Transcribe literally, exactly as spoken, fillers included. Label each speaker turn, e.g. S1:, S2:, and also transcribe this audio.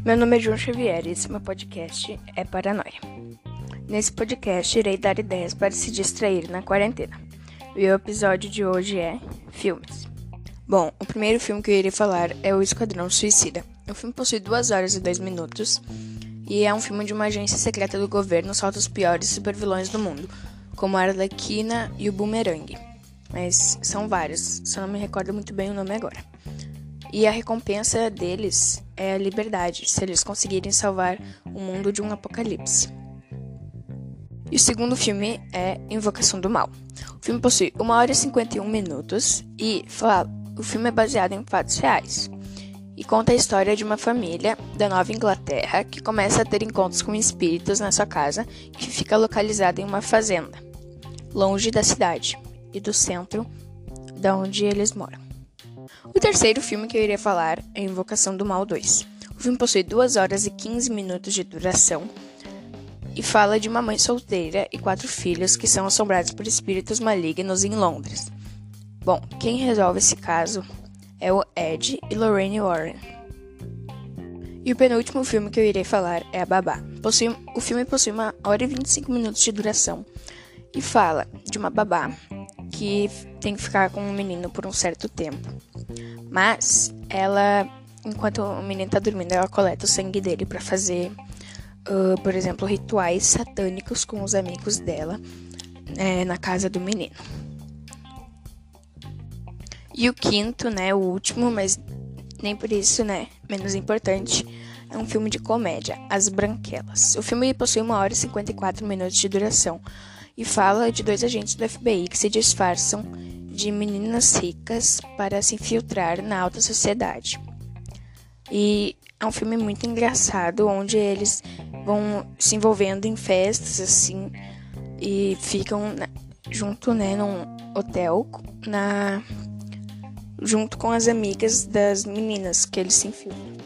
S1: Meu nome é João Xavier e esse meu podcast é Paranoia. Nesse podcast irei dar ideias para se distrair na quarentena. E o episódio de hoje é filmes. Bom, o primeiro filme que eu irei falar é O Esquadrão Suicida. O filme possui duas horas e dois minutos e é um filme de uma agência secreta do governo solta os piores supervilões do mundo, como a Arlequina e o Boomerang. Mas são vários, só não me recordo muito bem o nome agora. E a recompensa deles é a liberdade, se eles conseguirem salvar o mundo de um apocalipse. E o segundo filme é Invocação do Mal. O filme possui uma hora e cinquenta e um minutos e fala, o filme é baseado em fatos reais. E conta a história de uma família da Nova Inglaterra que começa a ter encontros com espíritos na sua casa, que fica localizada em uma fazenda, longe da cidade e do centro da onde eles moram. O terceiro filme que eu irei falar é Invocação do Mal dois. O filme possui duas horas e quinze minutos de duração e fala de uma mãe solteira e quatro filhos que são assombrados por espíritos malignos em Londres. Bom, quem resolve esse caso é o Ed e Lorraine Warren. E o penúltimo filme que eu irei falar é A Babá. Possui, o filme possui uma hora e vinte e cinco minutos de duração e fala de uma babá que tem que ficar com um menino por um certo tempo. Mas ela, enquanto o menino tá dormindo, ela coleta o sangue dele para fazer, uh, por exemplo, rituais satânicos com os amigos dela é, na casa do menino. E o quinto, né, o último, mas nem por isso, né, menos importante, é um filme de comédia, As Branquelas. O filme possui uma hora e cinquenta e quatro minutos de duração e fala de dois agentes do F B I que se disfarçam de meninas ricas para se infiltrar na alta sociedade. E é um filme muito engraçado, onde eles vão se envolvendo em festas, assim, e ficam na, junto, né, num hotel, na, junto com as amigas das meninas que eles se infiltram.